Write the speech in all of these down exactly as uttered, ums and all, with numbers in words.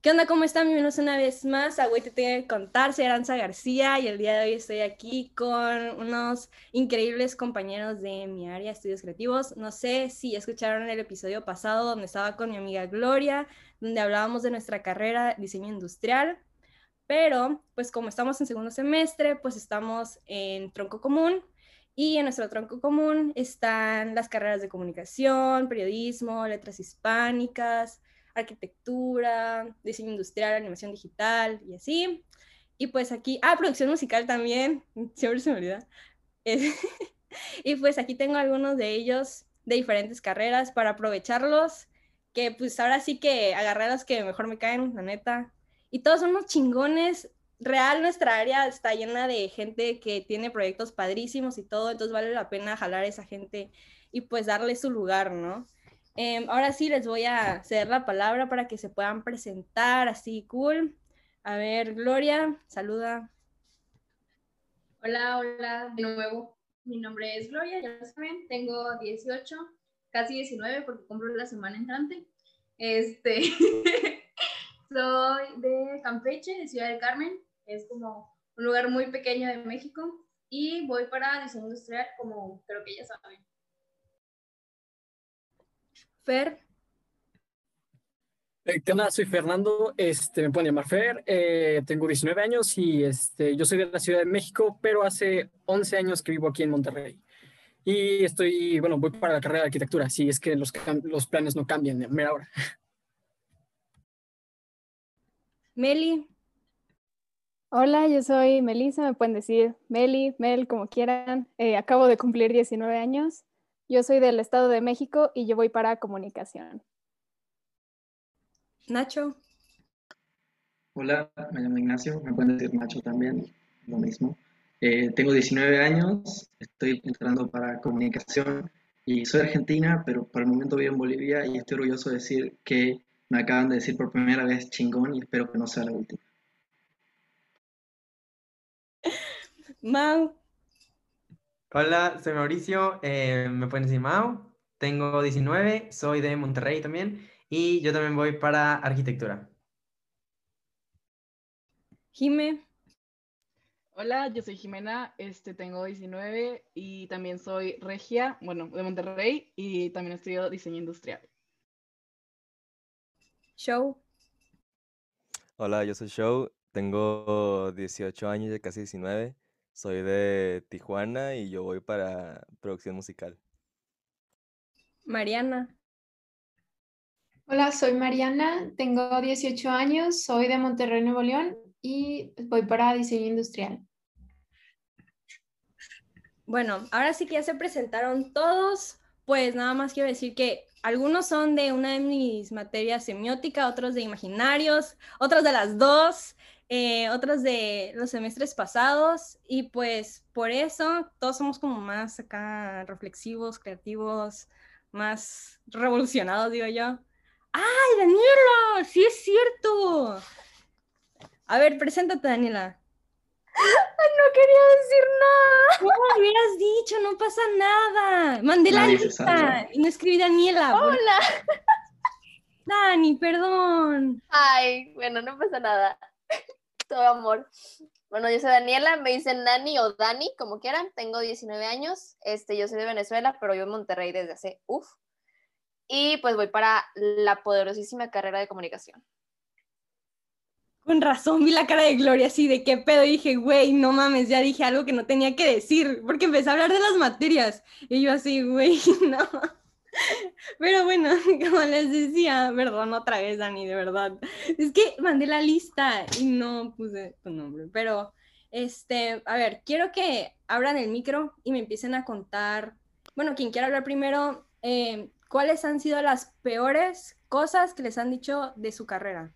¿Qué onda? ¿Cómo están? Bienvenidos una vez más a Güey Te Tengo que Contar. Soy Aranza García y el día de hoy estoy aquí con unos increíbles compañeros de mi área, estudios creativos. No sé si escucharon el episodio pasado donde estaba con mi amiga Gloria, donde hablábamos de nuestra carrera diseño industrial, pero pues como estamos en segundo semestre, pues estamos en tronco común y en nuestro tronco común están las carreras de comunicación, periodismo, letras hispánicas, arquitectura, diseño industrial, animación digital y así. Y pues aquí, ah, producción musical también, siempre se me olvida. Y pues aquí tengo algunos de ellos de diferentes carreras para aprovecharlos, que pues ahora sí que agarré a los que mejor me caen, la neta. Y todos son unos chingones. Real, nuestra área está llena de gente que tiene proyectos padrísimos y todo, entonces vale la pena jalar a esa gente y pues darle su lugar, ¿no? Eh, ahora sí les voy a ceder la palabra para que se puedan presentar así cool. A ver, Gloria, saluda. Hola, hola, de nuevo. Mi nombre es Gloria, ya saben, tengo dieciocho, casi diecinueve porque cumplo la semana entrante. Este, soy de Campeche, de Ciudad del Carmen, es como un lugar muy pequeño de México y voy para diseño industrial, como creo que ya saben. Fer. Eh, ¿Qué onda? Soy Fernando, este, me pueden llamar Fer, eh, tengo diecinueve años y este, yo soy de la Ciudad de México, pero hace once años que vivo aquí en Monterrey. Y estoy, bueno, voy para la carrera de arquitectura, si es que los, los planes no cambian de mera hora. Meli. Hola, yo soy Melissa, me pueden decir Meli, Mel, como quieran. Eh, acabo de cumplir diecinueve años. Yo soy del Estado de México y yo voy para comunicación. Nacho. Hola, me llamo Ignacio, me pueden decir Nacho también, lo mismo. Eh, tengo diecinueve años, estoy entrando para comunicación y soy argentina, pero por el momento vivo en Bolivia y estoy orgulloso de decir que me acaban de decir por primera vez chingón y espero que no sea la última. Mau. Hola, soy Mauricio, eh, me pueden decir Mau, tengo diecinueve, soy de Monterrey también y yo también voy para arquitectura. Jime. Hola, yo soy Jimena, este, tengo diecinueve y también soy regia, bueno, de Monterrey y también estudio diseño industrial. Show. Hola, yo soy Show, tengo dieciocho años, ya casi diecinueve, soy de Tijuana y yo voy para producción musical. Mariana. Hola, soy Mariana, tengo dieciocho años, soy de Monterrey, Nuevo León y voy para diseño industrial. Bueno, ahora sí que ya se presentaron todos, pues nada más quiero decir que algunos son de una de mis materias semiótica, otros de imaginarios, otros de las dos, eh, otros de los semestres pasados y pues por eso todos somos como más acá reflexivos, creativos, más revolucionados, digo yo. ¡Ay, Daniela! ¡Sí es cierto! A ver, preséntate, Daniela. No quería decir nada. ¿Cómo me hubieras dicho? No pasa nada. Mandé la Nadie se lista salva. y no escribí Daniela. por- Hola. Dani, perdón. Ay, bueno, no pasa nada. Todo amor. Bueno, yo soy Daniela, me dicen Nani o Dani, como quieran. Tengo diecinueve años. Este, yo soy de Venezuela, pero yo en Monterrey desde hace uf. Y pues voy para la poderosísima carrera de comunicación. Con razón vi la cara de Gloria así de qué pedo. Y dije, güey, no mames, ya dije algo que no tenía que decir. Porque empecé a hablar de las materias. Y yo así, güey, no. Pero bueno, como les decía, perdón otra vez, Dani, de verdad. Es que mandé la lista y no puse tu nombre. Pero, este, a ver, quiero que abran el micro y me empiecen a contar, bueno, quien quiera hablar primero, eh, ¿cuáles han sido las peores cosas que les han dicho de su carrera?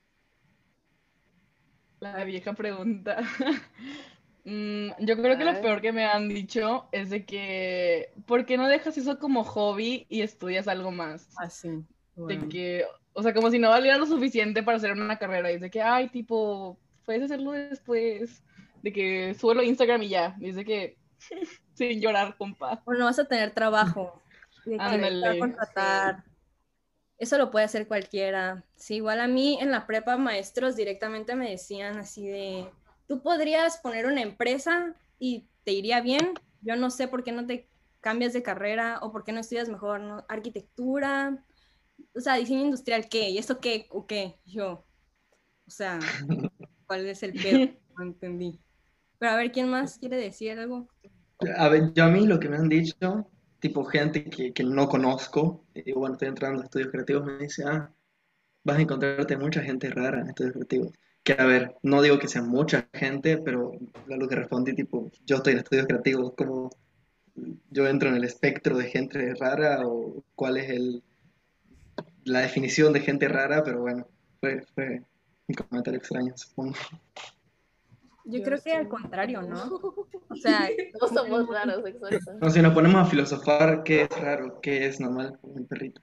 La vieja pregunta. Mm, yo creo que lo peor que me han dicho es de que, ¿por qué no dejas eso como hobby y estudias algo más? Así. De que, o sea, como si no valiera lo suficiente para hacer una carrera. Y es de que, ay, tipo, puedes hacerlo después. De que súbelo a Instagram y ya. Y es de que, sin llorar, compa. O no vas a tener trabajo. De que te van a Ándale. contratar. eso lo puede hacer cualquiera. Sí, igual a mí en la prepa maestros directamente me decían así de, tú podrías poner una empresa y te iría bien. Yo no sé por qué no te cambias de carrera o por qué no estudias mejor, ¿no? Arquitectura, o sea, diseño industrial, ¿qué? ¿Y esto qué? ¿O qué? Yo, o sea, ¿cuál es el pedo? No entendí. Pero a ver, ¿quién más quiere decir algo? A ver, yo a mí lo que me han dicho, tipo gente que, que no conozco, y bueno, estoy entrando a estudios creativos, me dice, ah, vas a encontrarte mucha gente rara en estudios creativos. Que a ver, no digo que sea mucha gente, pero a lo que respondí, tipo, yo estoy en estudios creativos, como yo entro en el espectro de gente rara o cuál es el, la definición de gente rara, pero bueno, fue, fue un comentario extraño, supongo. Yo Yo creo que al sí. contrario, ¿no? O sea, No somos raros, exacto. No, si nos ponemos a filosofar, ¿qué es raro? ¿Qué es normal? Como un perrito.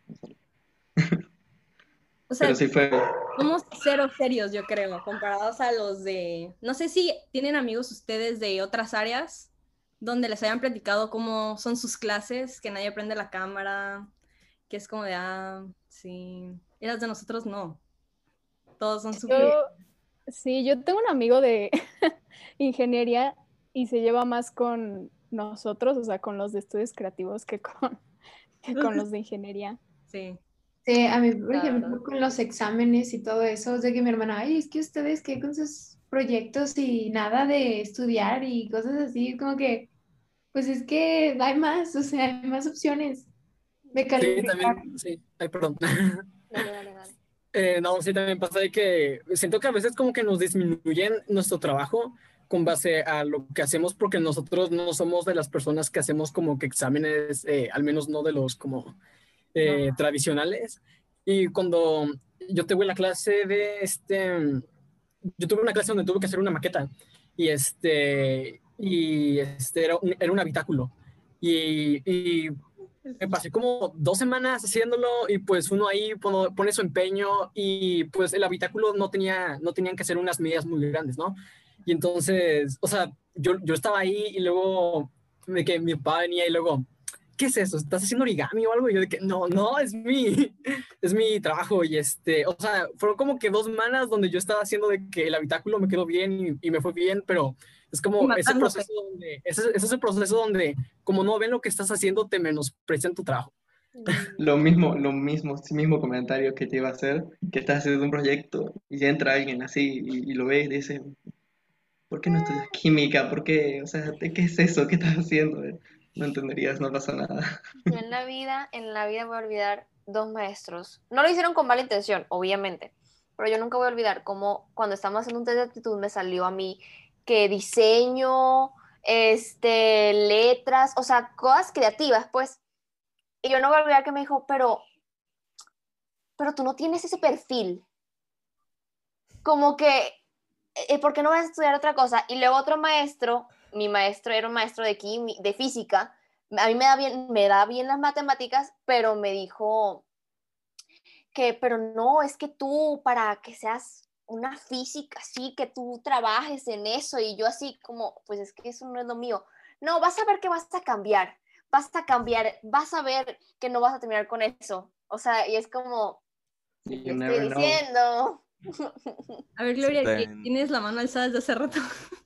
o Pero sea, sí fue, somos cero serios, yo creo, comparados a los de... No sé si tienen amigos ustedes de otras áreas donde les hayan platicado cómo son sus clases, que nadie prende la cámara, que es como de, ah, sí. Y las de nosotros no. Todos son súper... Yo, sí, yo tengo un amigo de ingeniería y se lleva más con nosotros, o sea, con los de estudios creativos que con, que con los de ingeniería. Sí. Sí, a mí, por La ejemplo, verdad. con los exámenes y todo eso, de que mi hermana, ay, es que ustedes qué con sus proyectos y nada de estudiar y cosas así, como que, pues es que hay más, o sea, hay más opciones de Sí, calificar. también, sí. Ay, perdón. Dale, dale, dale. Eh, no, sí, también pasa de que siento que a veces como que nos disminuyen nuestro trabajo con base a lo que hacemos porque nosotros no somos de las personas que hacemos como que exámenes, eh, al menos no de los como eh, tradicionales. Y cuando yo tuve la clase de este, yo tuve una clase donde tuve que hacer una maqueta y este, y este era un, era un habitáculo. Y, y me pasé como dos semanas haciéndolo y pues uno ahí pone, pone su empeño y pues el habitáculo no tenía, no tenían que ser unas medidas muy grandes, ¿no? Y entonces, o sea, yo, yo estaba ahí y luego de que mi papá venía y luego, ¿qué es eso? ¿Estás haciendo origami o algo? Y yo de que, no, no, es mi, es mi trabajo. Y este, o sea, fueron como que dos semanas donde yo estaba haciendo de que el habitáculo me quedó bien y, y me fue bien, pero es Y como ese matándote. proceso donde, ese, ese es el proceso donde como no ven lo que estás haciendo, te menosprecian tu trabajo. lo mismo, lo mismo, sí mismo comentario que te iba a hacer, que estás haciendo un proyecto y entra alguien así y, y lo ve y dice, ¿por qué no estudias química? ¿Por qué? O sea, ¿qué es eso? ¿Qué estás haciendo? No entenderías, no pasa nada. Yo en la vida, en la vida voy a olvidar dos maestros. No lo hicieron con mala intención, obviamente, pero yo nunca voy a olvidar cómo cuando estábamos haciendo un test de actitud me salió a mí que diseño, este, letras, o sea, cosas creativas, pues. Y yo no voy a olvidar que me dijo, pero, pero tú no tienes ese perfil. Como que, eh, ¿por qué no vas a estudiar otra cosa? Y luego otro maestro, mi maestro era un maestro de, quimi- de física, a mí me da bien, me da bien las matemáticas, pero me dijo que, pero no, es que tú para que seas una física, así, que tú trabajes en eso, y yo así como, pues es que eso no es lo mío. No, vas a ver que vas a cambiar, vas a cambiar, vas a ver que no vas a terminar con eso. O sea, y es como, si te You estoy never know. diciendo. A ver, Sí, Gloria, que también. tienes la mano alzada desde hace rato.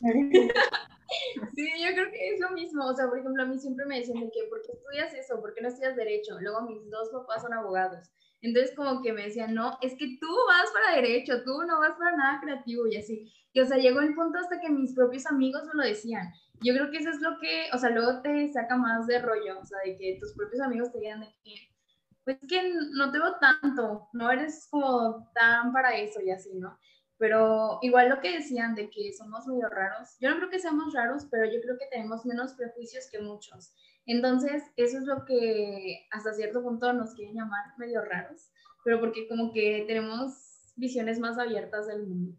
Sí, yo creo que es lo mismo. O sea, por ejemplo, a mí siempre me decían de que, ¿por qué estudias eso? ¿Por qué no estudias derecho? Luego mis dos papás son abogados. Entonces, como que me decían, no, es que tú vas para derecho, tú no vas para nada creativo y así. Y, o sea, llegó el punto hasta que mis propios amigos me lo decían. Yo creo que eso es lo que, o sea, luego te saca más de rollo, o sea, de que tus propios amigos te digan de que, pues que no te veo tanto, no eres como tan para eso y así, ¿no? Pero igual lo que decían de que somos medio raros, yo no creo que seamos raros, pero yo creo que tenemos menos prejuicios que muchos. Entonces, eso es lo que hasta cierto punto nos quieren llamar medio raros, pero porque como que tenemos visiones más abiertas del mundo.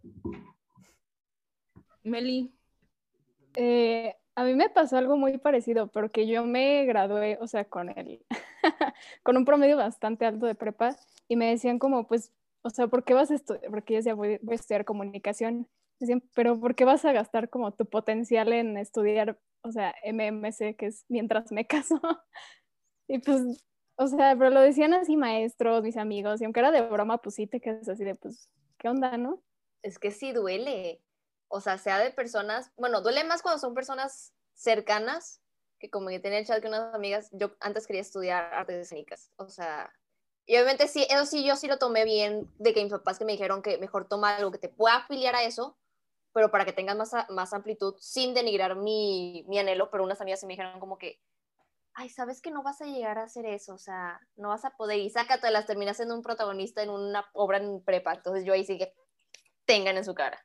Meli, Eh, a mí me pasó algo muy parecido, porque yo me gradué, o sea, con el, con un promedio bastante alto de prepa, y me decían como, pues, o sea, ¿por qué vas a estudiar? Porque yo decía, voy, voy a estudiar comunicación. Decían, pero ¿por qué vas a gastar como tu potencial en estudiar, o sea, M M C, que es mientras me caso? Y pues O sea, pero lo decían así maestros, mis amigos, y aunque era de broma, pues sí te quedas así de, pues, ¿qué onda, no? Es que sí duele. O sea, sea de personas, bueno, duele más cuando son personas cercanas, que como que tenía el chat con unas amigas, yo antes quería estudiar artes escénicas. O sea, y obviamente sí, eso sí, yo sí lo tomé bien, de que mis papás que me dijeron que mejor toma algo que te pueda afiliar a eso, pero para que tengas más, más amplitud, sin denigrar mi, mi anhelo, pero unas amigas se me dijeron como que, ay, sabes que no vas a llegar a hacer eso, o sea, no vas a poder, y sácatelas, terminas siendo un protagonista en una obra en prepa, entonces yo ahí sí que tengan en su cara.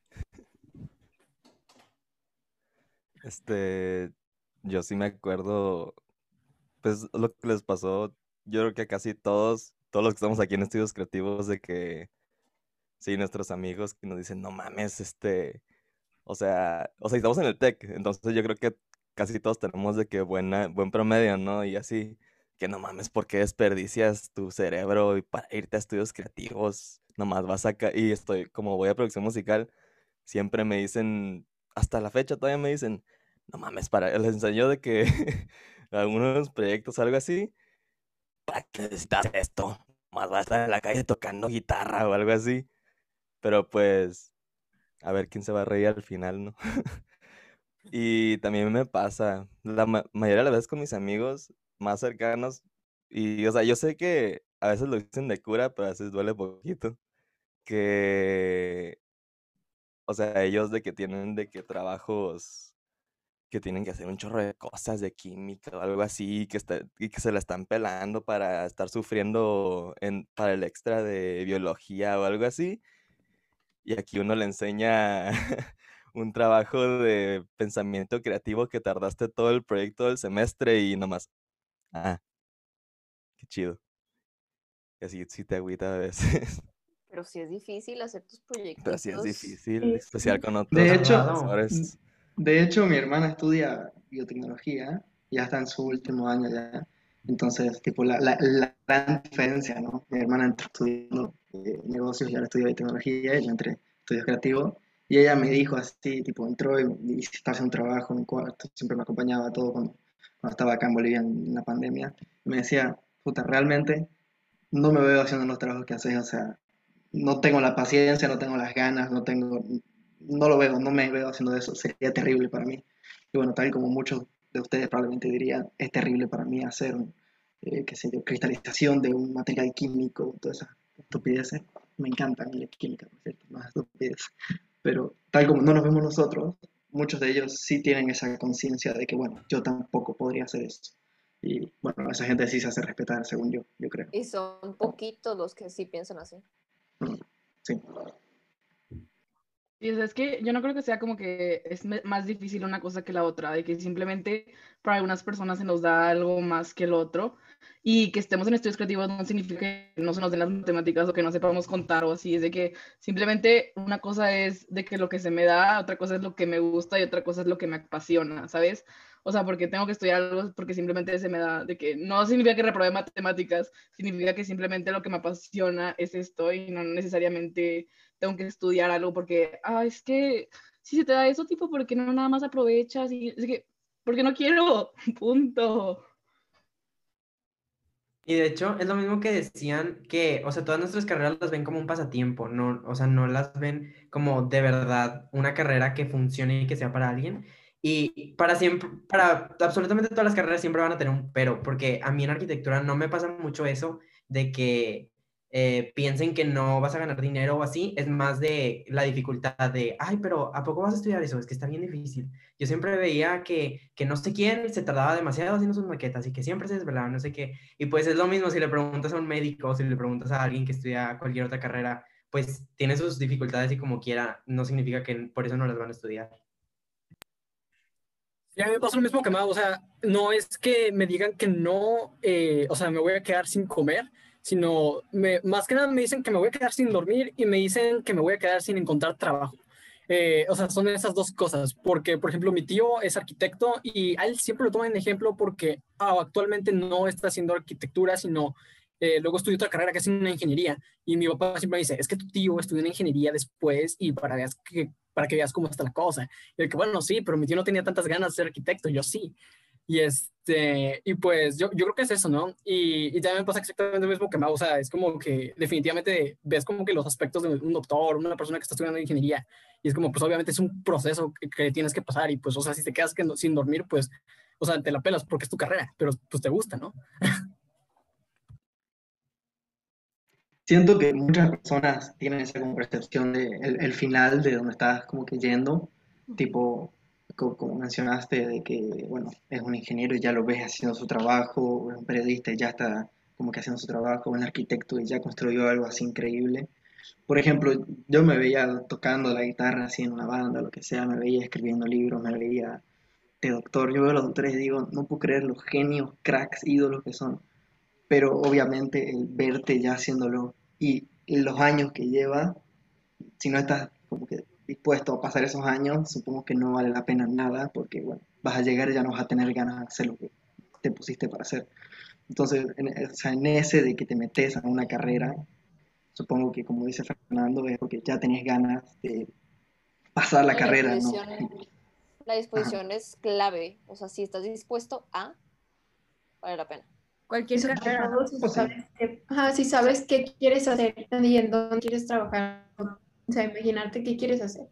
Este, yo sí me acuerdo, pues lo que les pasó, yo creo que a casi todos, todos los que estamos aquí en estudios creativos, de que, sí, nuestros amigos que nos dicen, no mames, este, o sea, o sea, estamos en el TEC, entonces yo creo que casi todos tenemos de que buena, buen promedio, ¿no? Y así, que no mames, ¿por qué desperdicias tu cerebro y para irte a estudios creativos? Nomás vas acá, y estoy, como voy a producción musical, siempre me dicen, hasta la fecha todavía me dicen, no mames, para, les enseño de que algunos proyectos, algo así, ¿para qué necesitas esto? Más vas a estar en la calle tocando guitarra o algo así. Pero pues, a ver quién se va a reír al final, ¿no? Y también me pasa, la ma- mayoría de las veces con mis amigos más cercanos, y o sea, yo sé que a veces lo dicen de cura, pero a veces duele poquito, que, o sea, ellos de que tienen de que trabajos que tienen que hacer un chorro de cosas de química o algo así, que está, y que se la están pelando para estar sufriendo en, para el extra de biología o algo así. Y aquí uno le enseña un trabajo de pensamiento creativo que tardaste todo el proyecto del semestre y nomás, ah, qué chido. Y así sí te agüita a veces. Pero sí es difícil hacer tus Pero sí es proyectitos. difícil, Sí, especial sí. con otros De hecho, profesores. de hecho, mi hermana estudia biotecnología, ya está en su último año ya. Entonces, tipo, la, la, la gran diferencia, ¿no? Mi hermana entró estudiando eh, negocios y ahora estudia biotecnología, y yo entré estudios creativos. Y ella me dijo así, tipo, entró y, y está haciendo un trabajo en mi cuarto, siempre me acompañaba a todo cuando, cuando estaba acá en Bolivia en, en la pandemia. Me decía, puta, realmente no me veo haciendo los trabajos que haces, o sea, no tengo la paciencia, no tengo las ganas, no tengo, no lo veo, no me veo haciendo eso, sería terrible para mí. Y bueno, tal como muchos de ustedes probablemente dirían, es terrible para mí hacer, eh, qué sé yo, cristalización de un material químico, todas esas estupideces. Me encanta a mí la química, por cierto, no es estupidez. Pero tal como no nos vemos nosotros, muchos de ellos sí tienen esa conciencia de que, bueno, yo tampoco podría hacer eso. Y bueno, esa gente sí se hace respetar, según yo, yo creo. Y son poquitos los que sí piensan así. Mm, sí. Y o sea, es que yo no creo que sea como que es me- más difícil una cosa que la otra, de que simplemente para algunas personas se nos da algo más que el otro, y que estemos en estudios creativos no significa que no se nos den las matemáticas o que no sepamos contar o así, es de que simplemente una cosa es de que lo que se me da, otra cosa es lo que me gusta y otra cosa es lo que me apasiona, ¿sabes? O sea, porque tengo que estudiar algo porque simplemente se me da, de que no significa que reprobé matemáticas, significa que simplemente lo que me apasiona es esto y no necesariamente tengo que estudiar algo porque, ah, es que si se te da eso, tipo, ¿por qué no nada más aprovechas? Y es que, porque no quiero, punto. Y de hecho, es lo mismo que decían que, o sea, todas nuestras carreras las ven como un pasatiempo, no, o sea, no las ven como de verdad una carrera que funcione y que sea para alguien. Y para siempre, para absolutamente todas las carreras siempre van a tener un pero, porque a mí en arquitectura no me pasa mucho eso de que eh, piensen que no vas a ganar dinero o así, es más de la dificultad de, ay, pero ¿a poco vas a estudiar eso? Es que está bien difícil. Yo siempre veía que, que no sé quién se tardaba demasiado haciendo sus maquetas y que siempre se desvelaba, no sé qué. Y pues es lo mismo si le preguntas a un médico o si le preguntas a alguien que estudia cualquier otra carrera, pues tiene sus dificultades y como quiera, no significa que por eso no las van a estudiar. Y a mí me pasa lo mismo que Mau, o sea, no es que me digan que no, eh, o sea, me voy a quedar sin comer, sino me, más que nada me dicen que me voy a quedar sin dormir y me dicen que me voy a quedar sin encontrar trabajo. Eh, o sea, son esas dos cosas, porque, por ejemplo, mi tío es arquitecto y a él siempre lo toman en ejemplo porque ah, actualmente no está haciendo arquitectura, sino eh, luego estudió otra carrera que es una ingeniería. Y mi papá siempre me dice, es que tu tío estudió una ingeniería después y para, veas que, para que veas cómo está la cosa. Y el que, bueno, sí, pero mi tío no tenía tantas ganas de ser arquitecto, yo sí. Y este, y pues yo, yo creo que es eso, ¿no? Y, y también me pasa exactamente lo mismo que Mau, o sea, es como que definitivamente ves como que los aspectos de un doctor, una persona que está estudiando ingeniería, y es como, pues obviamente es un proceso que, que tienes que pasar, y pues, o sea, si te quedas que no- sin dormir, pues, o sea, te la pelas porque es tu carrera, pero pues te gusta, ¿no? Siento que muchas personas tienen esa como percepción de el, el final de donde estás como que yendo, tipo, co- como, mencionaste, de que, bueno, es un ingeniero y ya lo ves haciendo su trabajo, o es un periodista y ya está como que haciendo su trabajo, o un arquitecto y ya construyó algo así increíble. Por ejemplo, yo me veía tocando la guitarra así en una banda, lo que sea, me veía escribiendo libros, me veía de doctor. Yo veo a los doctores y digo, no puedo creer los genios, cracks, ídolos que son, pero obviamente el verte ya haciéndolo y los años que lleva, si no estás como que dispuesto a pasar esos años, supongo que no vale la pena nada, porque bueno, vas a llegar y ya no vas a tener ganas de hacer lo que te pusiste para hacer. Entonces, en, o sea, en ese de que te metes a una carrera, supongo que como dice Fernando, es porque ya tenías ganas de pasar la Y la carrera, ¿no? disposición, la Ajá. disposición es clave. O sea, si estás dispuesto a, vale la pena. Y Cualquier sobre carrera, todo si Pues sí. sabes que, ajá, si sabes qué quieres hacer y en dónde quieres trabajar, o sea, imaginarte qué quieres hacer.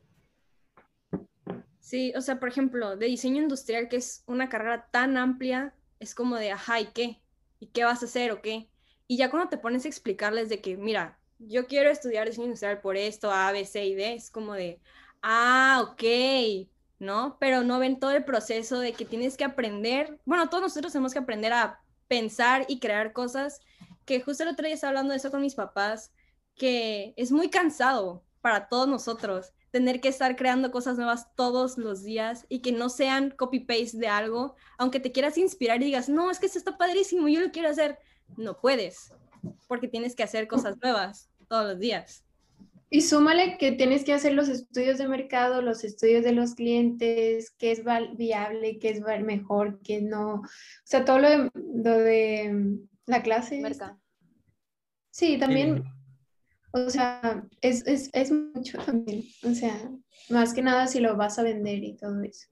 sí, o sea, por ejemplo, de diseño industrial, que es una carrera tan amplia, es como de, ajá, ¿y qué? ¿Y qué vas a hacer o qué? Y ya cuando te pones a explicarles de que, mira, yo quiero estudiar diseño industrial por esto, A, B, C y D, es como de, ah, ok, ¿no? Pero no ven todo el proceso de que tienes que aprender, bueno, todos nosotros tenemos que aprender a pensar y crear cosas, que justo el otro día estaba hablando de eso con mis papás, que es muy cansado para todos nosotros tener que estar creando cosas nuevas todos los días y que no sean copy-paste de algo, aunque te quieras inspirar y digas, no, es que esto está padrísimo, yo lo quiero hacer, no puedes, porque tienes que hacer cosas nuevas todos los días. Y súmale que tienes que hacer los estudios de mercado, los estudios de los clientes, qué es val- viable, qué es val- mejor, qué no. O sea, todo lo de, lo de mm, la clase esta. Merca. Sí, Sí. también, o sea, es, es, es mucho también. O sea, más que nada si lo vas a vender y todo eso.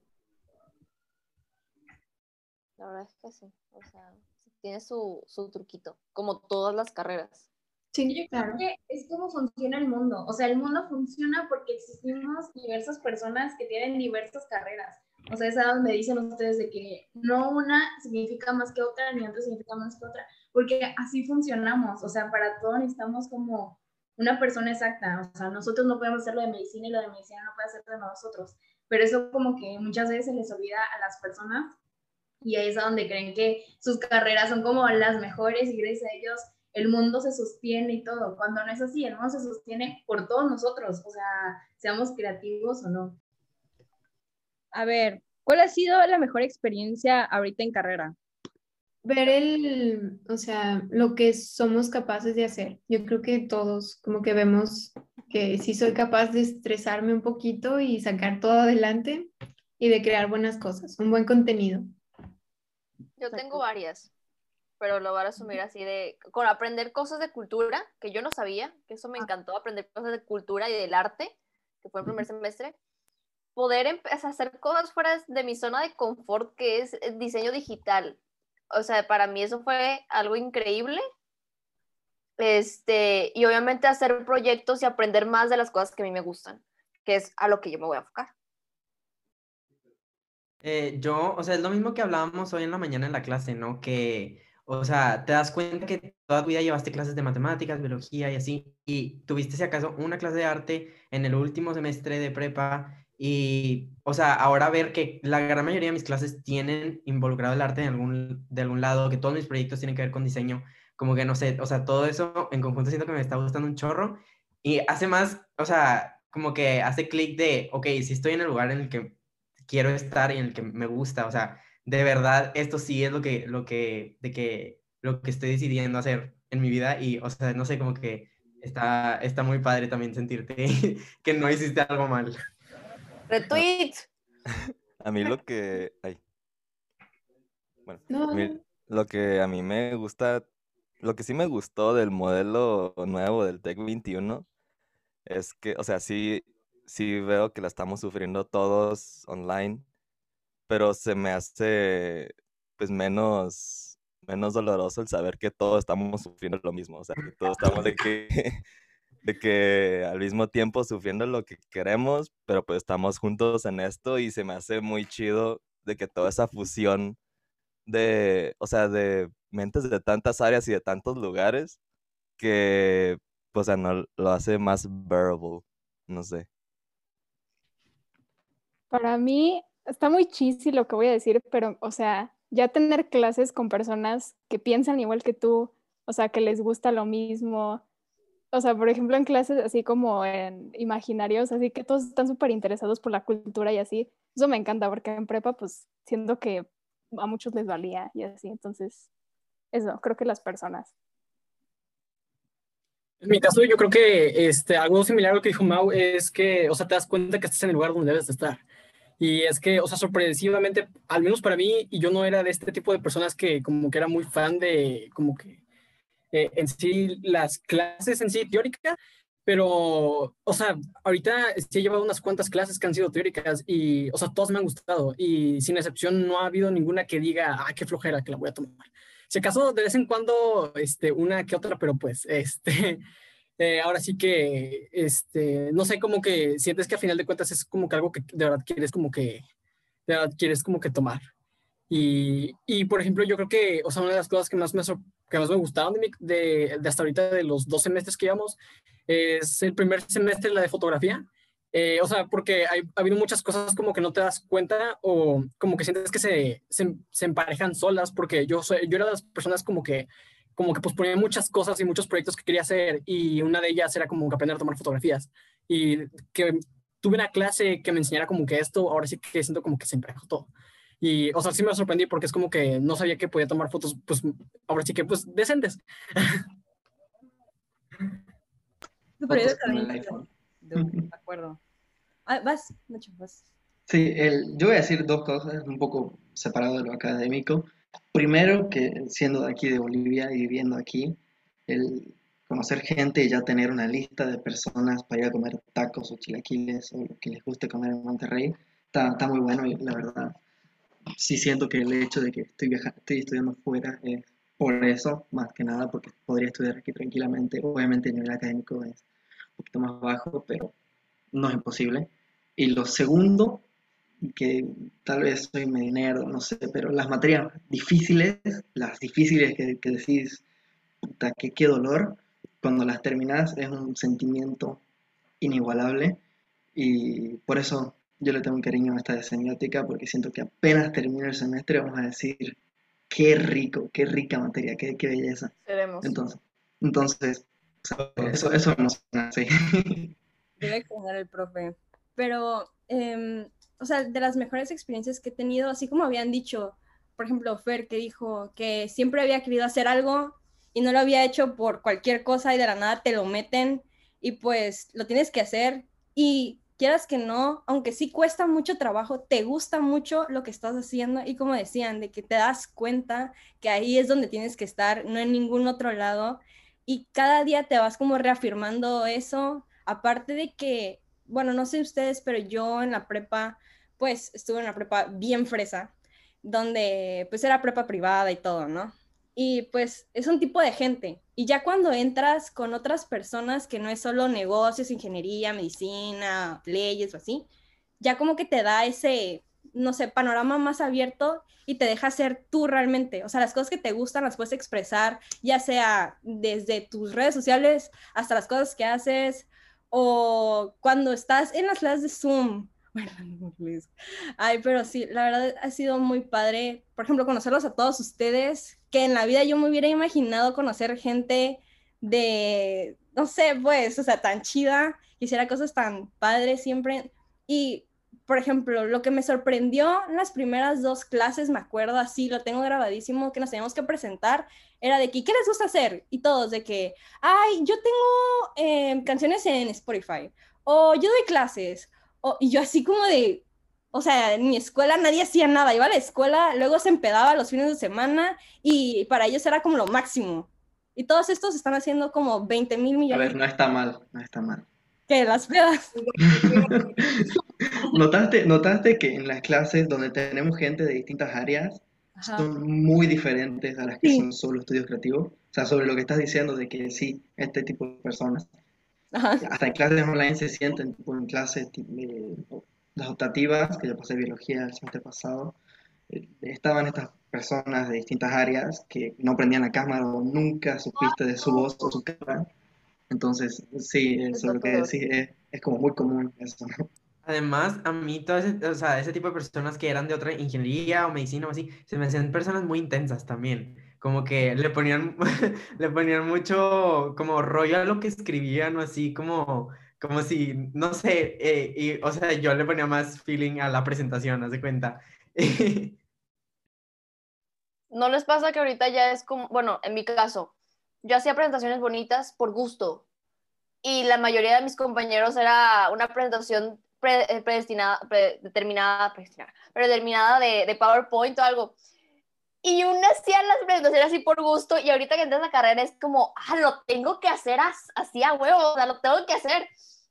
La verdad es que sí. O sea, tiene su, su truquito, como todas las carreras. Yo Sí, creo claro. que es como funciona el mundo. O sea, el mundo funciona porque existimos diversas personas que tienen diversas carreras. O sea, es a donde dicen ustedes de que no una significa más que otra, ni otra significa más que otra, porque así funcionamos. O sea, para todo necesitamos como una persona exacta. O sea, nosotros no podemos hacer lo de medicina y lo de medicina no puede hacerlo de nosotros. Pero eso como que muchas veces se les olvida a las personas y ahí es a donde creen que sus carreras son como las mejores y gracias a ellos el mundo se sostiene y todo, cuando no es así, el mundo se sostiene por todos nosotros, o sea, seamos creativos o no. A ver, ¿cuál ha sido la mejor experiencia ahorita en carrera? Ver el, o sea, lo que somos capaces de hacer. Yo creo que todos como que vemos que sí soy capaz de estresarme un poquito y sacar todo adelante y de crear buenas cosas, un buen contenido. Yo tengo varias, pero lo voy a resumir así de, con aprender cosas de cultura, que yo no sabía, que eso me encantó, aprender cosas de cultura y del arte, que fue el primer semestre, poder empezar a hacer cosas fuera de mi zona de confort, que es el diseño digital. O sea, para mí eso fue algo increíble. Este, y obviamente hacer proyectos y aprender más de las cosas que a mí me gustan, que es a lo que yo me voy a enfocar. Eh, yo, o sea, es lo mismo que hablábamos hoy en la mañana en la clase, ¿no? Que, o sea, te das cuenta que toda tu vida llevaste clases de matemáticas, biología y así, y tuviste si acaso una clase de arte en el último semestre de prepa, y, o sea, ahora ver que la gran mayoría de mis clases tienen involucrado el arte de algún, de algún lado, que todos mis proyectos tienen que ver con diseño, como que no sé, o sea, todo eso en conjunto siento que me está gustando un chorro, y hace más, o sea, como que hace clic de, ok, si estoy en el lugar en el que quiero estar y en el que me gusta, o sea, de verdad esto sí es lo que, lo que, de que, lo que estoy decidiendo hacer en mi vida y, o sea, no sé, como que está, está muy padre también sentirte que no hiciste algo mal. A, Retweet. a mí lo que, ay, bueno, No, a mí no. lo que a mí me gusta, lo que sí me gustó del modelo nuevo del Tec veintiuno es que, o sea, sí, sí veo que la estamos sufriendo todos online, pero se me hace pues menos, menos doloroso el saber que todos estamos sufriendo lo mismo, o sea, que todos estamos de que, de que al mismo tiempo sufriendo lo que queremos, pero pues estamos juntos en esto y se me hace muy chido de que toda esa fusión de, o sea, de mentes de tantas áreas y de tantos lugares que, pues, o sea, no, lo hace más bearable, no sé. Para mí está muy cheesy lo que voy a decir, pero, o sea, ya tener clases con personas que piensan igual que tú, o sea, que les gusta lo mismo, o sea, por ejemplo, en clases así como en imaginarios, así que todos están súper interesados por la cultura y así, eso me encanta, porque en prepa, pues, siento que a muchos les valía y así, entonces, eso, creo que las personas. En mi caso, yo creo que este, algo similar a lo que dijo Mau es que, o sea, te das cuenta que estás en el lugar donde debes de estar. Y es que, o sea, sorpresivamente, al menos para mí, y yo no era de este tipo de personas que como que era muy fan de, como que eh, en sí, las clases en sí teóricas, pero, o sea, ahorita sí he llevado unas cuantas clases que han sido teóricas y, o sea, todas me han gustado y sin excepción no ha habido ninguna que diga, ah, qué flojera que la voy a tomar. Si acaso de vez en cuando, este, una que otra, pero pues, este, eh, ahora sí que, este, no sé, como que sientes que a final de cuentas es como que algo que de verdad quieres como que, de verdad quieres como que tomar. Y, y, por ejemplo, yo creo que, o sea, una de las cosas que más me, sor- que más me gustaron de, mi- de, de hasta ahorita, de los dos semestres que llevamos, es el primer semestre, la de fotografía. Eh, o sea, porque hay, ha habido muchas cosas como que no te das cuenta o como que sientes que se, se, se emparejan solas, porque yo, soy, yo era de las personas como que, como que posponía muchas cosas y muchos proyectos que quería hacer y una de ellas era como que aprender a tomar fotografías. Y que tuve una clase que me enseñara como que esto, ahora sí que siento como que se emparejó todo. Y, o sea, sí me sorprendí porque es como que no sabía que podía tomar fotos, pues, ahora sí que, pues, decentes. Tu Fotos proyecto con el también, iPhone. de acuerdo. Ah, vas, Nacho, vas. Sí, el, yo voy a decir dos cosas, un poco separado de lo académico. Primero, que siendo de aquí de Bolivia y viviendo aquí, el conocer gente y ya tener una lista de personas para ir a comer tacos o chilaquiles o lo que les guste comer en Monterrey, está, está muy bueno y la verdad, sí siento que el hecho de que estoy viajando, estoy estudiando fuera es por eso, más que nada, porque podría estudiar aquí tranquilamente. Obviamente el nivel académico es un poquito más bajo, pero no es imposible. Y lo segundo, que tal vez soy medio nerd, no sé, pero las materias difíciles, las difíciles que, que decís, puta, que qué dolor, cuando las terminás es un sentimiento inigualable y por eso yo le tengo un cariño a esta de semiótica porque siento que apenas termine el semestre vamos a decir qué rico, qué rica materia, qué, qué belleza. Seremos. Entonces, entonces eso, eso me emociona, sí. Debe extrañar el profe. Pero, eh, o sea, de las mejores experiencias que he tenido, así como habían dicho, por ejemplo, Fer, que dijo que siempre había querido hacer algo y no lo había hecho por cualquier cosa y de la nada te lo meten y pues lo tienes que hacer y quieras que no, aunque sí cuesta mucho trabajo, te gusta mucho lo que estás haciendo y como decían, de que te das cuenta que ahí es donde tienes que estar, no en ningún otro lado y cada día te vas como reafirmando eso, aparte de que, bueno, no sé ustedes, pero yo en la prepa, pues estuve en una prepa bien fresa, donde pues era prepa privada y todo, ¿no? Y pues es un tipo de gente. Y ya cuando entras con otras personas que no es solo negocios, ingeniería, medicina, leyes o así, ya como que te da ese, no sé, panorama más abierto y te deja ser tú realmente. O sea, las cosas que te gustan las puedes expresar, ya sea desde tus redes sociales hasta las cosas que haces o cuando estás en las clases de Zoom. Bueno, ay, pero sí, la verdad ha sido muy padre, por ejemplo, conocerlos a todos ustedes, que en la vida yo me hubiera imaginado conocer gente de, no sé, pues, o sea, tan chida, que hiciera cosas tan padres siempre. Y, por ejemplo, lo que me sorprendió en las primeras dos clases, me acuerdo así, lo tengo grabadísimo, que nos teníamos que presentar, era de que, ¿qué les gusta hacer? Y todos de que, ay, yo tengo eh, canciones en Spotify, o yo doy clases, o, y yo así como de, o sea, en mi escuela nadie hacía nada, iba a la escuela, luego se empedaba los fines de semana y para ellos era como lo máximo. Y todos estos están haciendo como veinte mil A millones ver, no está mal, no está mal. que las pedas. ¿Notaste, notaste que en las clases donde tenemos gente de distintas áreas, Ajá. son muy diferentes a las que Sí. son solo estudios creativos. O sea, sobre lo que estás diciendo de que sí, este tipo de personas, Ajá. hasta en clases online se sienten, tipo en clases, tipo, eh, las optativas, que yo pasé biología el semestre pasado, eh, estaban estas personas de distintas áreas que no prendían la cámara o nunca supiste de su voz o su cara. Entonces, sí, eso Es es lo lo que peor. decís, es, es como muy común eso, ¿no? Además, a mí todo ese, o sea, ese tipo de personas que eran de otra ingeniería o medicina o así, se me hacían personas muy intensas también. Como que le ponían, le ponían mucho como rollo a lo que escribían o así, como, como si, no sé, eh, y, o sea, yo le ponía más feeling a la presentación, haz de cuenta. ¿No les pasa que ahorita ya es como, bueno, en mi caso, yo hacía presentaciones bonitas por gusto y la mayoría de mis compañeros era una presentación pre, eh, predestinada, predeterminada, predestinada, predeterminada de, de PowerPoint o algo. Y uno hacía las presentaciones así por gusto y ahorita que entras a la carrera es como, ah, lo tengo que hacer así a huevo, o sea, lo tengo que hacer.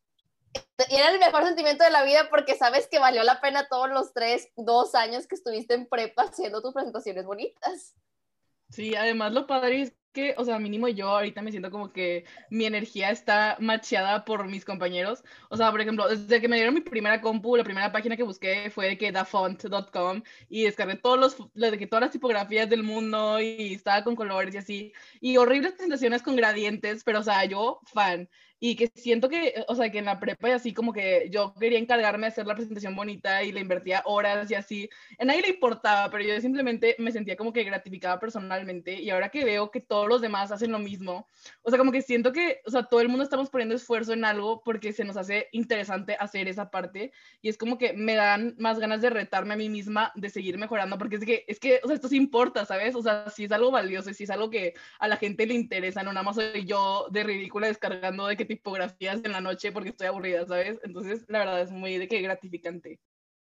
Y era el mejor sentimiento de la vida porque sabes que valió la pena todos los tres, dos años que estuviste en prepa haciendo tus presentaciones bonitas. Sí, además lo padre es que, o sea, mínimo yo ahorita me siento como que mi energía está macheada por mis compañeros. O sea, por ejemplo, desde que me dieron mi primera compu, la primera página que busqué fue de que dafont punto com y descargué todos los, de que todas las tipografías del mundo y estaba con colores y así. Y horribles presentaciones con gradientes, pero o sea, yo fan. Y que siento que, o sea, que en la prepa y así como que yo quería encargarme de hacer la presentación bonita y le invertía horas y así. A nadie le importaba, pero yo simplemente me sentía como que gratificada personalmente y ahora que veo que todos los demás hacen lo mismo, o sea, como que siento que, o sea, todo el mundo estamos poniendo esfuerzo en algo porque se nos hace interesante hacer esa parte y es como que me dan más ganas de retarme a mí misma, de seguir mejorando, porque es que, es que, o sea, esto sí importa, ¿sabes? O sea, si es algo valioso, si es algo que a la gente le interesa, no nada más soy yo de ridícula descargando de que tipografías en la noche porque estoy aburrida, ¿sabes? Entonces, la verdad es muy de que gratificante.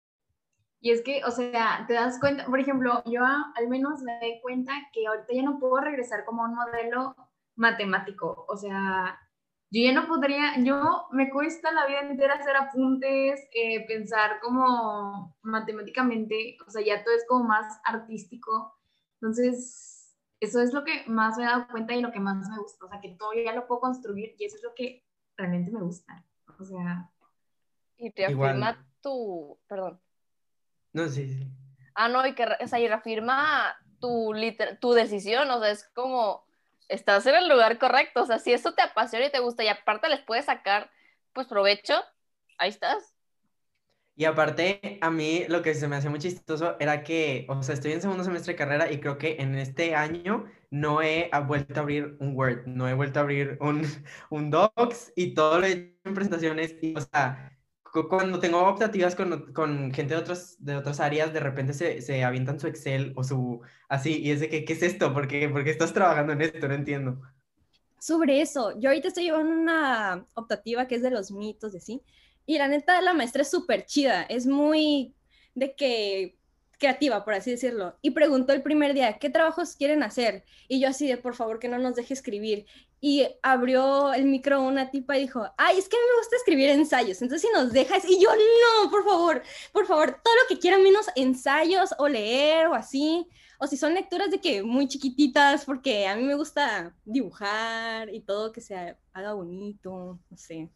Y es que, o sea, te das cuenta, por ejemplo, yo a, al menos me doy cuenta que ahorita ya no puedo regresar como a un modelo matemático. O sea, yo ya no podría, yo me cuesta la vida entera hacer apuntes, eh, pensar como matemáticamente, o sea, ya todo es como más artístico. Entonces, eso es lo que más me he dado cuenta y lo que más me gusta. O sea, que todo ya lo puedo construir y eso es lo que realmente me gusta. O sea, Y reafirma Igual, tu, perdón. no, sí, sí. Ah, no, y que, o sea, y reafirma tu, liter, tu decisión, o sea, es como, estás en el lugar correcto, o sea, si eso te apasiona y te gusta y aparte les puedes sacar, pues, provecho, ahí estás. Y aparte, a mí lo que se me hacía muy chistoso era que, o sea, estoy en segundo semestre de carrera y creo que en este año no he ah, vuelto a abrir un Word, no he vuelto a abrir un, un Docs y todo lo he hecho en presentaciones. Y, o sea, cu- cuando tengo optativas con, con gente de, otros, de otras áreas, de repente se, se avientan su Excel o su, así, y es de que, ¿qué es esto? ¿Por qué, por qué estás trabajando en esto? No entiendo. Sobre eso, yo ahorita estoy llevando una optativa que es de los mitos, de sí, y la neta, la maestra es súper chida, es muy de que creativa, por así decirlo, y preguntó el primer día, ¿qué trabajos quieren hacer? Y yo así de, por favor, que no nos deje escribir. Y abrió el micro una tipa y dijo, ay, es que a mí me gusta escribir ensayos, entonces si nos dejas, y yo, no, por favor, por favor, todo lo que quieran menos ensayos o leer o así, o si son lecturas de que muy chiquititas, porque a mí me gusta dibujar y todo que se haga bonito, no sé.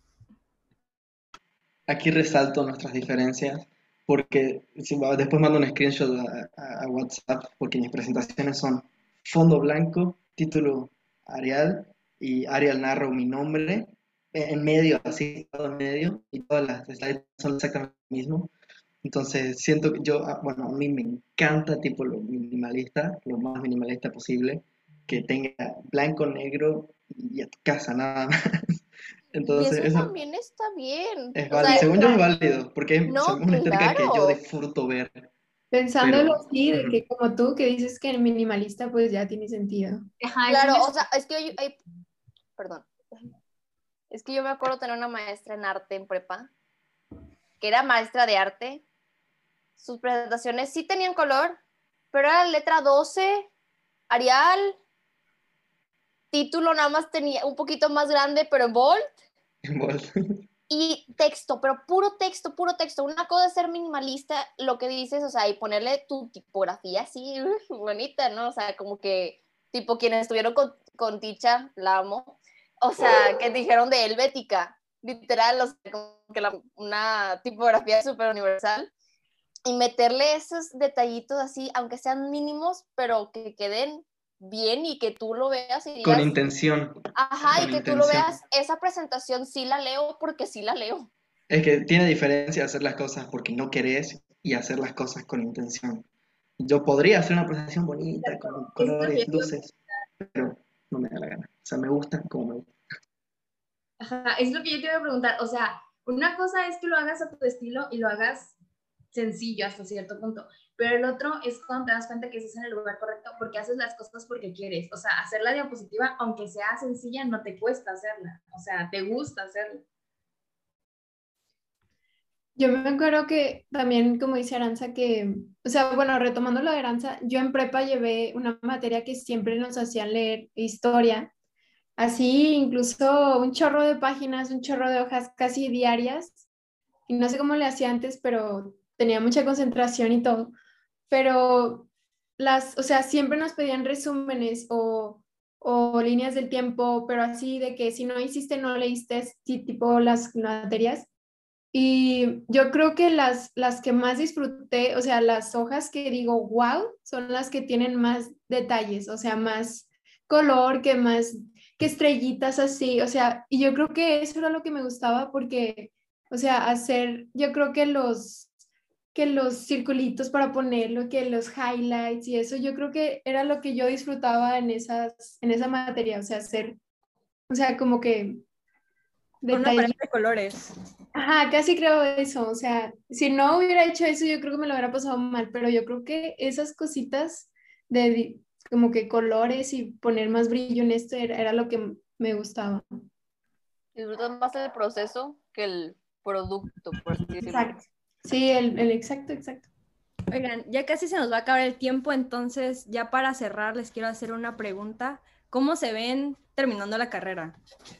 Aquí resalto nuestras diferencias porque si, después mando un screenshot a, a- a WhatsApp porque mis presentaciones son fondo blanco, título Arial y Arial narro mi nombre en medio, así todo en medio y todas las slides son exactamente lo mismo. Entonces siento que yo, ah, bueno, a mí me encanta tipo lo minimalista, lo más minimalista posible, que tenga blanco, negro y a tu casa nada más. Y Entonces eso eso también está bien. es O válido, sea, según yo es válido, porque es no, según una estética que yo claro. disfruto ver, Pensándolo pero así, de que ujú, como tú que dices que el minimalista pues ya tiene sentido. ajá, es un Claro, es- o sea, es que hay, hay- perdón, es que yo me acuerdo tener una maestra en arte en prepa, que era maestra de arte. Sus presentaciones sí tenían color, pero era letra doce, Arial, título nada más tenía un poquito más grande, pero en bold. bueno, y texto, pero puro texto, puro texto. Una cosa es ser minimalista, lo que dices, o sea, y ponerle tu tipografía así, uh, bonita, ¿no? O sea, como que, tipo, quienes estuvieron con, con Ticha, la amo, o sea, que dijeron de Helvética, literal, o sea, como que la, una tipografía súper universal, y meterle esos detallitos así, aunque sean mínimos, pero que queden bien y que tú lo veas y digas... Con intención. Ajá, con y que intención. tú lo veas, esa presentación sí la leo porque sí la leo. Es que tiene diferencia hacer las cosas porque no querés y hacer las cosas con intención. Yo podría hacer una presentación bonita, con colores, luces, pero no me da la gana. O sea, me gusta como me gusta. Ajá, es lo que yo te iba a preguntar. O sea, una cosa es que lo hagas a tu estilo y lo hagas sencillo hasta cierto punto, pero el otro es cuando te das cuenta que estás en el lugar correcto porque haces las cosas porque quieres. O sea, hacer la diapositiva, aunque sea sencilla, no te cuesta hacerla. O sea, te gusta hacerla. Yo me acuerdo que también, como dice Aranza, que, o sea, bueno, retomando lo de Aranza, yo en prepa llevé una materia que siempre nos hacían leer historia, así incluso un chorro de páginas, un chorro de hojas casi diarias, y no sé cómo le hacía antes, pero tenía mucha concentración y todo, pero las, o sea, siempre nos pedían resúmenes o, o líneas del tiempo, pero así de que si no hiciste, no leíste, sí, tipo las materias. Y yo creo que las, las que más disfruté, o sea, las hojas que digo, wow, son las que tienen más detalles, o sea, más color, que más, que estrellitas así, o sea, y yo creo que eso era lo que me gustaba porque, o sea, hacer, yo creo que los, que los circulitos para ponerlo, que los highlights y eso, yo creo que era lo que yo disfrutaba en esas, en esa materia, o sea, hacer, o sea, como que Con una paleta de colores. Ajá, casi creo eso, o sea, si no hubiera hecho eso, yo creo que me lo hubiera pasado mal, pero yo creo que esas cositas de di- como que colores y poner más brillo en esto era, era lo que me gustaba. Disfrutas más el proceso que el producto, por así decirlo. Exacto. Sí, el, el exacto, exacto. Oigan, ya casi se nos va a acabar el tiempo, entonces ya para cerrar les quiero hacer una pregunta. ¿Cómo se ven terminando la carrera?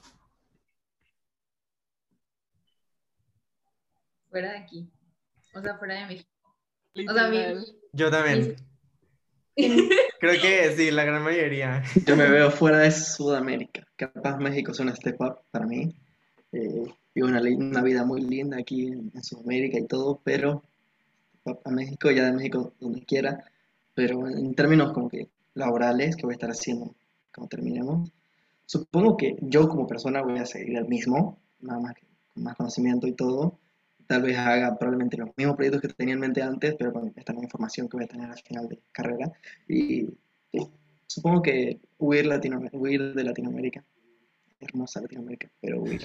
Fuera de aquí. O sea, fuera de México. Literal. O sea, mi... Yo también. Creo que sí, la gran mayoría. Yo me veo fuera de Sudamérica. Capaz México es una step up para mí. Eh, vivo una, li- una vida muy linda aquí en, en Sudamérica y todo, pero a México, ya de México donde quiera. Pero en términos como que laborales, que voy a estar haciendo cuando terminemos, supongo que yo como persona voy a seguir el mismo, nada más que con más conocimiento y todo. Tal vez haga probablemente los mismos proyectos que tenía en mente antes, pero con esta nueva información que voy a tener al final de carrera. Y sí, supongo que huir, Latinoam- huir de Latinoamérica, hermosa Latinoamérica, pero huir.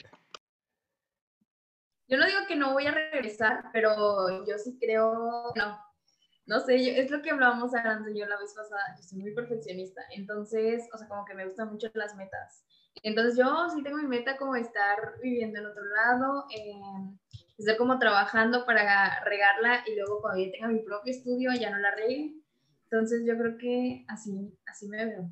Yo no digo que no voy a regresar, pero yo sí creo, no, no sé, yo- es lo que hablábamos Aranza y yo la vez pasada, yo soy muy perfeccionista, entonces, o sea, como que me gustan mucho las metas. Entonces yo sí tengo mi meta como estar viviendo en otro lado, eh, estar como trabajando para regarla y luego cuando ya tenga mi propio estudio ya no la regue. Entonces yo creo que así, así me veo.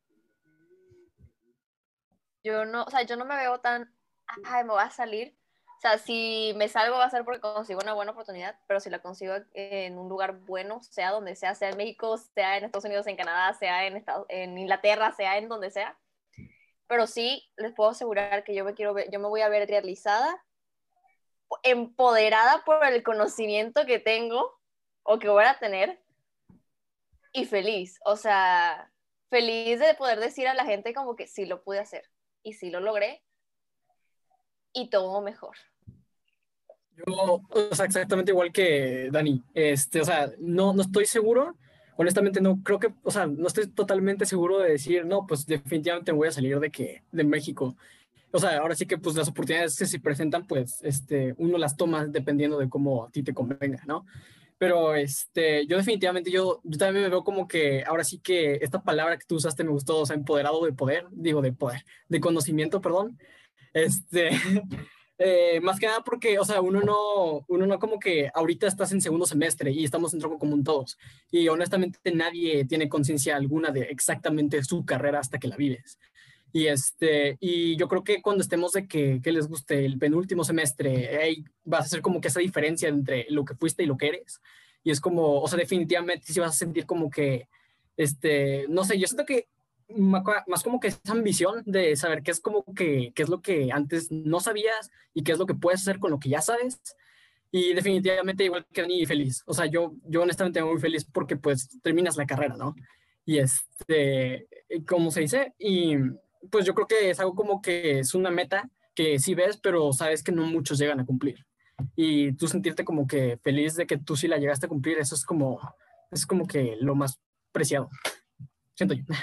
Yo no, o sea, yo no me veo tan, ay, me voy a salir. O sea, si me salgo va a ser porque consigo una buena oportunidad, pero si la consigo en un lugar bueno, sea donde sea, sea en México, sea en Estados Unidos, en Canadá, sea en, Estados, en Inglaterra, sea en donde sea. Pero sí, les puedo asegurar que yo me quiero ver, yo me voy a ver realizada, empoderada por el conocimiento que tengo o que voy a tener y feliz. O sea, feliz de poder decir a la gente como que sí lo pude hacer y sí lo logré y todo mejor. Yo, o sea, exactamente igual que Dani. Este, o sea, no, no estoy seguro. Honestamente, no creo que, o sea, no estoy totalmente seguro de decir, no, pues definitivamente voy a salir de que, de México. O sea, ahora sí que, pues las oportunidades que se presentan, pues, este, uno las toma dependiendo de cómo a ti te convenga, ¿no? Pero, este, yo definitivamente, yo, yo también me veo como que, ahora sí que esta palabra que tú usaste me gustó, o sea, empoderado de poder, digo, de poder, de conocimiento, perdón. Este, eh, más que nada porque, o sea, uno no, uno no como que ahorita estás en segundo semestre y estamos en tronco común todos. Y honestamente nadie tiene conciencia alguna de exactamente su carrera hasta que la vives. Y, este, y yo creo que cuando estemos de que, que les guste el penúltimo semestre, ahí vas a hacer como que esa diferencia entre lo que fuiste y lo que eres. Y es como, o sea, definitivamente sí vas a sentir como que, este, no sé, yo siento que ma- más como que esa ambición de saber qué es como que, qué es lo que antes no sabías y qué es lo que puedes hacer con lo que ya sabes. Y definitivamente igual que Dani, feliz. O sea, yo, yo honestamente muy feliz porque pues terminas la carrera, ¿no? Y este, ¿cómo se dice? Y pues yo creo que es algo como que es una meta que sí ves, pero sabes que no muchos llegan a cumplir. Y tú sentirte como que feliz de que tú sí la llegaste a cumplir, eso es como, es como que lo más preciado, siento yo.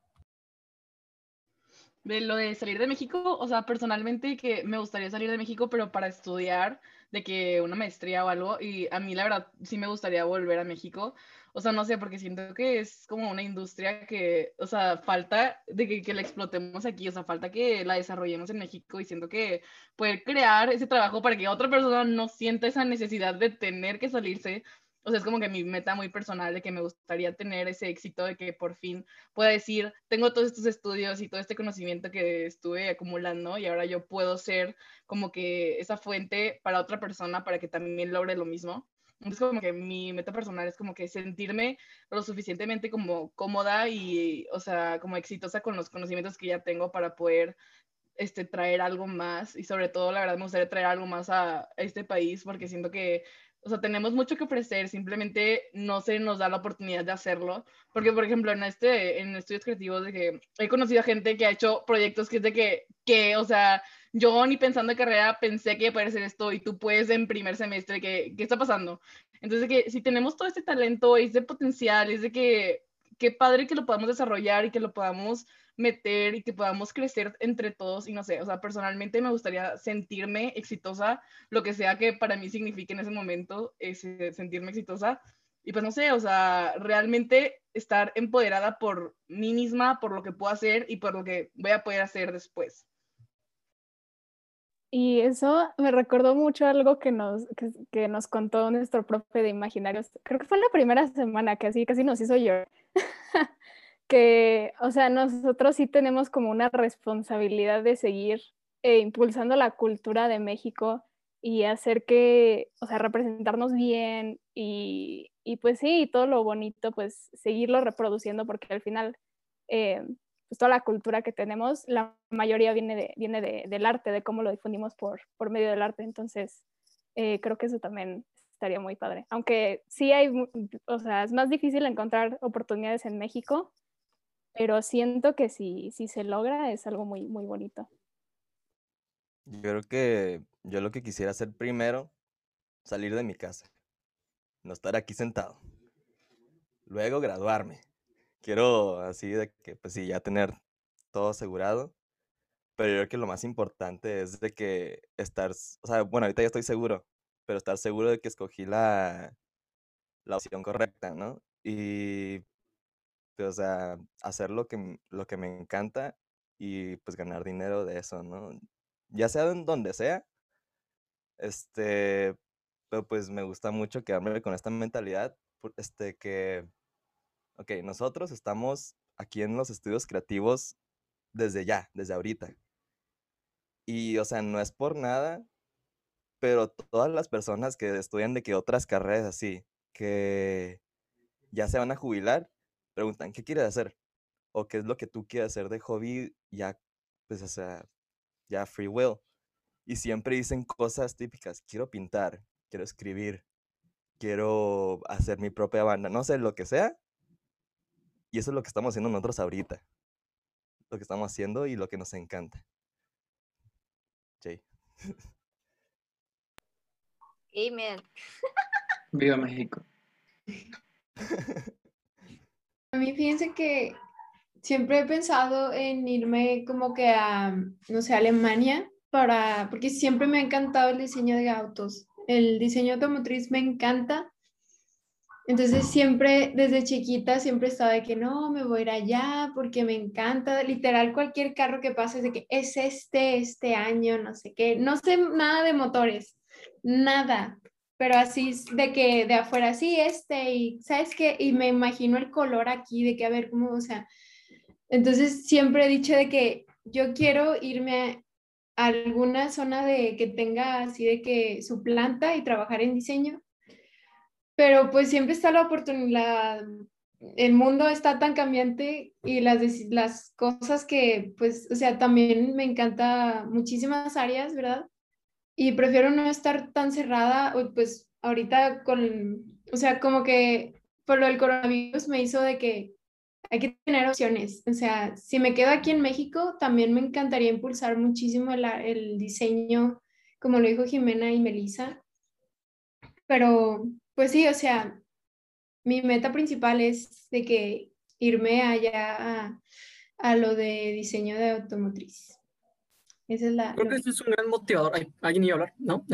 De lo de salir de México, o sea, personalmente que me gustaría salir de México, pero para estudiar, de que una maestría o algo, y a mí la verdad sí me gustaría volver a México, o sea, no sé, porque siento que es como una industria que, o sea, falta de que, que la explotemos aquí, o sea, falta que la desarrollemos en México y siento que poder crear ese trabajo para que otra persona no sienta esa necesidad de tener que salirse. O sea, es como que mi meta muy personal de que me gustaría tener ese éxito de que por fin pueda decir, tengo todos estos estudios y todo este conocimiento que estuve acumulando y ahora yo puedo ser como que esa fuente para otra persona para que también logre lo mismo. Entonces como que mi meta personal es como que sentirme lo suficientemente como cómoda y, o sea, como exitosa con los conocimientos que ya tengo para poder este, traer algo más y sobre todo, la verdad, me gustaría traer algo más a, a este país porque siento que, o sea, tenemos mucho que ofrecer, simplemente no se nos da la oportunidad de hacerlo. Porque, por ejemplo, en, este, en estudios creativos, de que he conocido a gente que ha hecho proyectos que es de que, que o sea, yo ni pensando en carrera pensé que iba a poder hacer esto y tú puedes en primer semestre, ¿qué, qué está pasando? Entonces, que si tenemos todo este talento, este potencial, es de que, qué padre que lo podamos desarrollar y que lo podamos meter y que podamos crecer entre todos y no sé, o sea, personalmente me gustaría sentirme exitosa, lo que sea que para mí signifique en ese momento ese, sentirme exitosa y pues no sé, o sea, realmente estar empoderada por mí misma, por lo que puedo hacer y por lo que voy a poder hacer después. Y eso me recordó mucho algo que nos, que, que nos contó nuestro profe de imaginarios. Creo que fue la primera semana que así casi nos hizo llorar. Que, o sea, nosotros sí tenemos como una responsabilidad de seguir eh, impulsando la cultura de México y hacer que, o sea, representarnos bien y, y pues sí, todo lo bonito, pues seguirlo reproduciendo porque al final, eh, pues toda la cultura que tenemos, la mayoría viene, de, viene de, del arte, de cómo lo difundimos por, por medio del arte. Entonces, eh, creo que eso también estaría muy padre. Aunque sí hay, o sea, es más difícil encontrar oportunidades en México, pero siento que si, si se logra es algo muy, muy bonito. Yo creo que yo lo que quisiera hacer primero, salir de mi casa, no estar aquí sentado. Luego graduarme. Quiero así de que, pues sí, ya tener todo asegurado. Pero yo creo que lo más importante es de que estar, s- o sea, bueno, ahorita ya estoy seguro, pero estar seguro de que escogí la, la opción correcta, ¿no? Y, pues, o sea, hacer lo que, m- lo que me encanta y pues ganar dinero de eso, ¿no? Ya sea en donde sea, este, pero pues me gusta mucho quedarme con esta mentalidad, por- este, que, ok, nosotros estamos aquí en los estudios creativos desde ya, desde ahorita. Y, o sea, no es por nada, pero todas las personas que estudian de que otras carreras así, que ya se van a jubilar, preguntan, ¿qué quieres hacer? O qué es lo que tú quieres hacer de hobby, ya, pues, o sea, ya free will. Y siempre dicen cosas típicas, quiero pintar, quiero escribir, quiero hacer mi propia banda, no sé, lo que sea. Y eso es lo que estamos haciendo nosotros ahorita, lo que estamos haciendo y lo que nos encanta. Jay. Amen. Viva México. A mí fíjense que siempre he pensado en irme como que a, no sé, Alemania, para, porque siempre me ha encantado el diseño de autos. El diseño automotriz me encanta. Entonces siempre, desde chiquita, siempre estaba de que no, me voy a ir allá porque me encanta. Literal, cualquier carro que pase es de que es este, este año, no sé qué. No sé nada de motores, nada. Pero así es de que de afuera, sí, este, y ¿sabes qué? Y me imagino el color aquí, de que a ver cómo, o sea, entonces siempre he dicho de que yo quiero irme a alguna zona de que tenga así de que su planta y trabajar en diseño, pero pues siempre está la oportunidad, el mundo está tan cambiante y las, deci- las cosas que pues, o sea, también me encanta muchísimas áreas, ¿verdad? Y prefiero no estar tan cerrada, o, pues ahorita con, o sea, como que por lo del coronavirus me hizo de que hay que tener opciones. O sea, si me quedo aquí en México, también me encantaría impulsar muchísimo el, a- el diseño, como lo dijo Jimena y Melissa. Pero, pues sí, o sea, mi meta principal es de que irme allá a, a lo de diseño de automotriz. Esa es la, Creo lo que que... ese es un gran motivador. Ay, alguien iba a hablar, ¿no?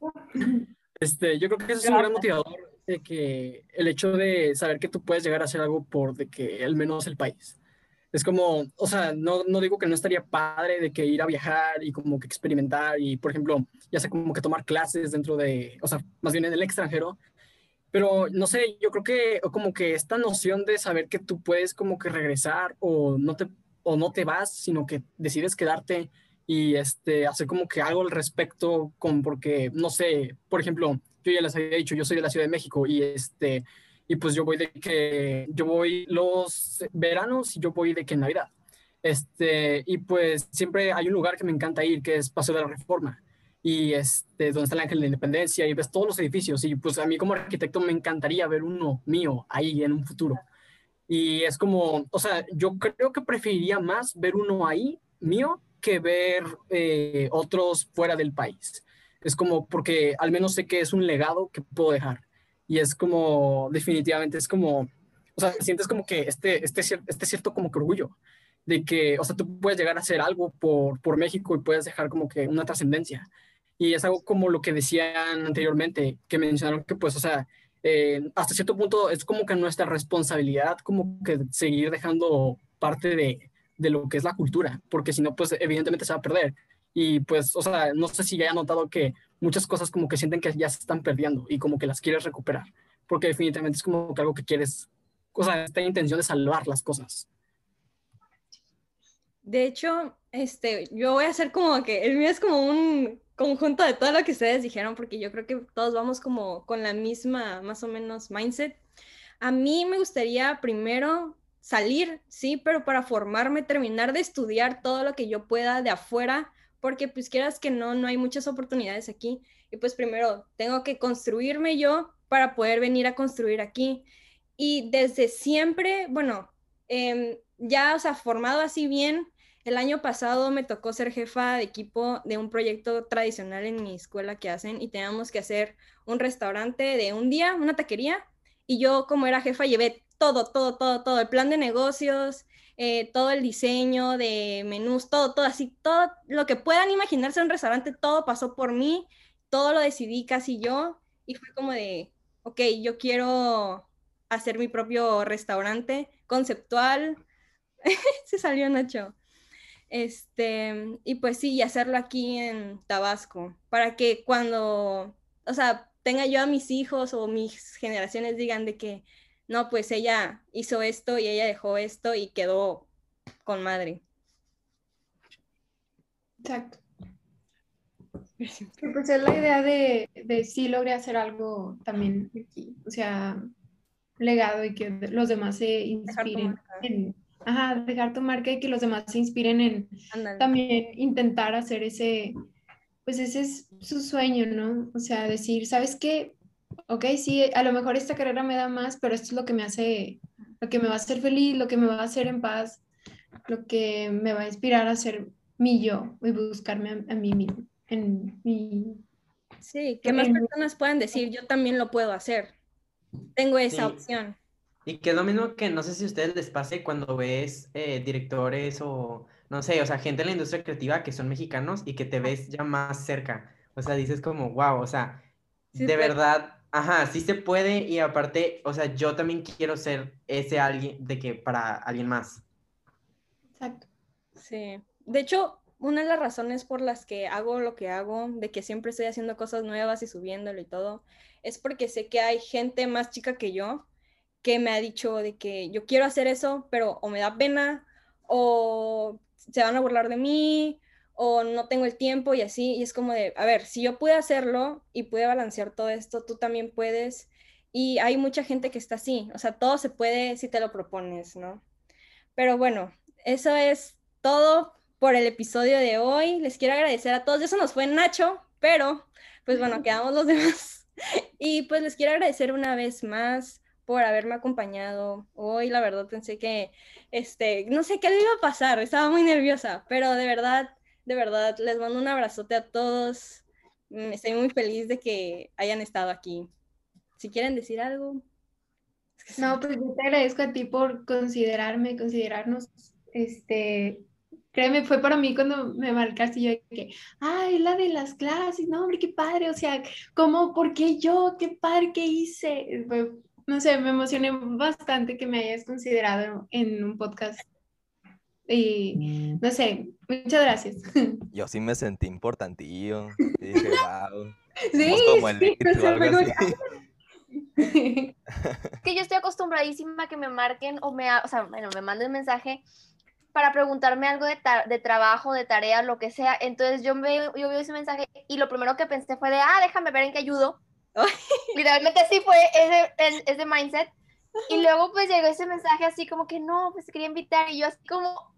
Este, yo creo que ese es un gran Gracias. motivador de que el hecho de saber que tú puedes llegar a hacer algo por de que al menos el país. Es como, o sea, no, no digo que no estaría padre de que ir a viajar y como que experimentar y, por ejemplo, ya sea como que tomar clases dentro de, o sea, más bien en el extranjero, pero no sé, yo creo que como que esta noción de saber que tú puedes como que regresar o no te, o no te vas, sino que decides quedarte y este, hacer como que algo al respecto, con, porque, no sé, por ejemplo, yo ya les había dicho, yo soy de la Ciudad de México y este, y pues yo voy de que, yo voy los veranos y yo voy de que en Navidad. Este, y pues siempre hay un lugar que me encanta ir, que es Paseo de la Reforma y este, donde está el Ángel de la Independencia y ves todos los edificios y pues a mí como arquitecto me encantaría ver uno mío ahí en un futuro. Y es como, o sea, yo creo que preferiría más ver uno ahí mío que ver eh, otros fuera del país. Es como porque al menos sé que es un legado que puedo dejar. Y es como, definitivamente, es como, o sea, sientes como que este, este, cier- este cierto como que orgullo de que, o sea, tú puedes llegar a hacer algo por, por México y puedes dejar como que una trascendencia. Y es algo como lo que decían anteriormente, que mencionaron que pues, o sea, eh, hasta cierto punto es como que nuestra responsabilidad como que seguir dejando parte de, de lo que es la cultura, porque si no, pues evidentemente se va a perder. Y pues, o sea, no sé si ya haya notado que muchas cosas como que sienten que ya se están perdiendo y como que las quieres recuperar, porque definitivamente es como que algo que quieres, o sea, esta intención de salvar las cosas. De hecho, este, yo voy a hacer como que el mío es como un conjunto de todo lo que ustedes dijeron, porque yo creo que todos vamos como con la misma, más o menos, mindset. A mí me gustaría primero salir, sí, pero para formarme, terminar de estudiar todo lo que yo pueda de afuera, porque pues quieras que no, no hay muchas oportunidades aquí. Y pues primero tengo que construirme yo para poder venir a construir aquí. Y desde siempre, bueno, em, ya, o sea, formado así bien, el año pasado me tocó ser jefa de equipo de un proyecto tradicional en mi escuela que hacen y teníamos que hacer un restaurante de un día, una taquería, y yo como era jefa llevé todo, todo, todo, todo, el plan de negocios, eh, todo el diseño de menús, todo, todo, así, todo lo que puedan imaginarse en un restaurante, todo pasó por mí, todo lo decidí casi yo, y fue como de, ok, yo quiero hacer mi propio restaurante conceptual, se salió Nacho. Este, y pues sí, y hacerlo aquí en Tabasco, para que cuando, o sea, tenga yo a mis hijos o mis generaciones digan de que, no, pues ella hizo esto y ella dejó esto y quedó con madre. Exacto. Pero, pues es la idea de, de sí logré hacer algo también aquí, o sea, legado y que los demás se Dejar tu inspiren marca. en, ajá, dejar tu marca y que los demás se inspiren en Ándale. también intentar hacer ese, pues ese es su sueño, ¿no? O sea, decir, ¿sabes qué? Ok, sí, a lo mejor esta carrera me da más, pero esto es lo que me hace, lo que me va a hacer feliz, lo que me va a hacer en paz, lo que me va a inspirar a ser mi yo y buscarme a, a mí mismo, en mi, Sí, que más en- personas puedan decir, yo también lo puedo hacer. Tengo esa Sí, opción. y que es lo mismo que no sé si a ustedes les pase cuando ves eh, directores o, no sé, o sea, gente en la industria creativa que son mexicanos y que te ves ya más cerca. O sea, dices como, wow, o sea, Sí, de pues, verdad, ajá, sí se puede y aparte, o sea, yo también quiero ser ese alguien de que para alguien más. exacto. sí. De hecho, una de las razones por las que hago lo que hago, de que siempre estoy haciendo cosas nuevas y subiéndolo y todo, es porque sé que hay gente más chica que yo que me ha dicho de que yo quiero hacer eso, pero o me da pena o se van a burlar de mí o no tengo el tiempo y así, y es como de, a ver, si yo pude hacerlo y pude balancear todo esto, tú también puedes, y hay mucha gente que está así, o sea, todo se puede si te lo propones, ¿no? Pero bueno, eso es todo por el episodio de hoy. Les quiero agradecer a todos. Eso nos fue Nacho, pero pues bueno, quedamos los demás. Y pues les quiero agradecer una vez más por haberme acompañado hoy. La verdad pensé que, este, no sé qué le iba a pasar, estaba muy nerviosa, pero de verdad, de verdad, les mando un abrazote a todos. Mm, Estoy muy feliz de que hayan estado aquí. Si quieren decir algo. No, pues yo te agradezco a ti por considerarme, considerarnos, este, créeme, fue para mí cuando me marcaste y yo de que, ay, la de las clases, no, hombre, qué padre, o sea, ¿cómo, por qué yo, qué padre, qué hice? Fue- no sé, me emocioné bastante que me hayas considerado en un podcast y, no sé, muchas gracias. Yo sí me sentí importantillo. Y dije, wow, Sí, somos como el sí, It o o sea, algo fue como así. que- Que yo estoy acostumbradísima a que me marquen o me, ha- o sea, bueno, me manden mensaje para preguntarme algo de, ta- de trabajo, de tarea, lo que sea. Entonces yo veo, yo veo ese mensaje y lo primero que pensé fue de, ah, déjame ver en qué ayudo. Literalmente así fue ese, el- ese mindset. Y luego pues llegó ese mensaje así como que no, pues te quería invitar y yo así como,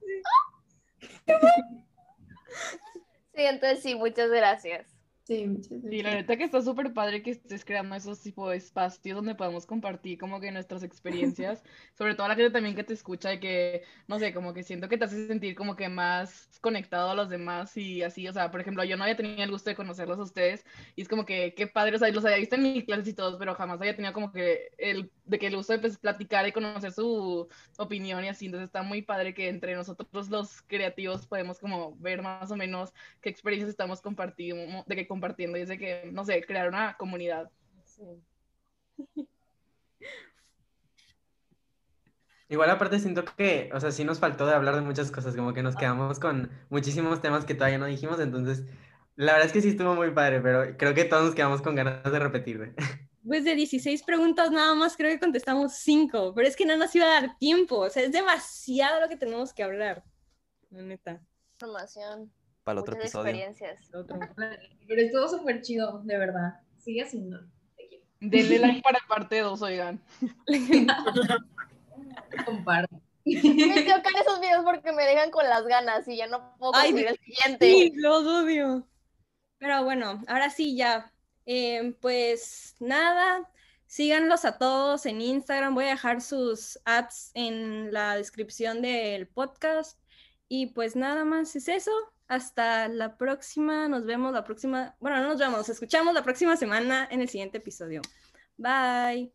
sí, entonces sí, muchas gracias. Sí, muchas Sí, gracias. la neta que está súper padre que estés creando esos tipo de espacios donde podemos compartir como que nuestras experiencias, sobre todo la gente también que te escucha y que, no sé, como que siento que te hace sentir como que más conectado a los demás y así, o sea, por ejemplo, yo no había tenido el gusto de conocerlos a ustedes y es como que qué padre, o sea, los había visto en mis clases y todos, pero jamás había tenido como que el, de que el gusto de pues, platicar y conocer su opinión y así, entonces está muy padre que entre nosotros los creativos podemos como ver más o menos qué experiencias estamos compartiendo, de que compartiendo y es de que, no sé, crear una comunidad. Igual aparte siento que, o sea, sí nos faltó de hablar de muchas cosas, como que nos quedamos con muchísimos temas que todavía no dijimos, entonces la verdad es que sí estuvo muy padre, pero creo que todos nos quedamos con ganas de repetir. Pues de dieciséis preguntas nada más creo que contestamos cinco, pero es que no nos iba a dar tiempo, o sea, es demasiado lo que tenemos que hablar, la neta. Información, Para el otro muchas episodio. experiencias. Otro. Pero estuvo súper chido, de verdad. Sigue haciéndolo. Te quiero. Denle like para parte dos, oigan. Comparte. Me chocan esos videos porque me dejan con las ganas y ya no puedo Ay, conseguir de- el siguiente. Sí, los odio. Pero bueno, ahora sí ya. Eh, pues nada, síganlos a todos en Instagram. Voy a dejar sus ads en la descripción del podcast. Y pues nada más es eso. Hasta la próxima. Nos vemos la próxima. Bueno, no nos vemos, nos escuchamos la próxima semana en el siguiente episodio. Bye.